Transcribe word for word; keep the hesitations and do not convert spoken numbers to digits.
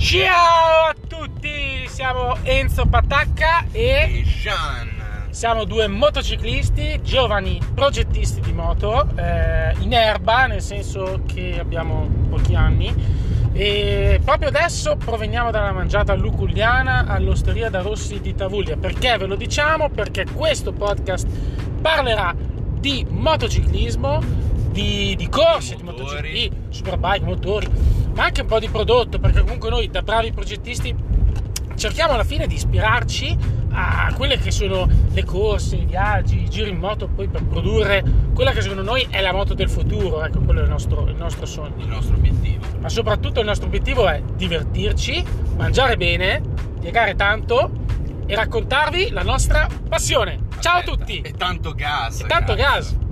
Ciao a tutti, siamo Enzo Patacca e Jean. Siamo due motociclisti, giovani progettisti di moto, eh, in erba, nel senso che abbiamo pochi anni, e proprio adesso proveniamo dalla mangiata luculliana all'osteria da Rossi di Tavuglia. Perché ve lo diciamo? Perché questo podcast parlerà di motociclismo, di, di corse, di Motori. MotoGP, di superbike, motori, ma anche un po' di prodotto, perché comunque noi da bravi progettisti cerchiamo alla fine di ispirarci a quelle che sono le corse, i viaggi, i giri in moto, poi per produrre quella che secondo noi è la moto del futuro. Ecco, quello è il nostro, il nostro sogno, Il nostro obiettivo. ma soprattutto il nostro obiettivo è divertirci, mangiare bene, piegare tanto e raccontarvi la nostra passione. Ciao a Aspetta, tutti E tanto gas. e tanto cazzo. gas.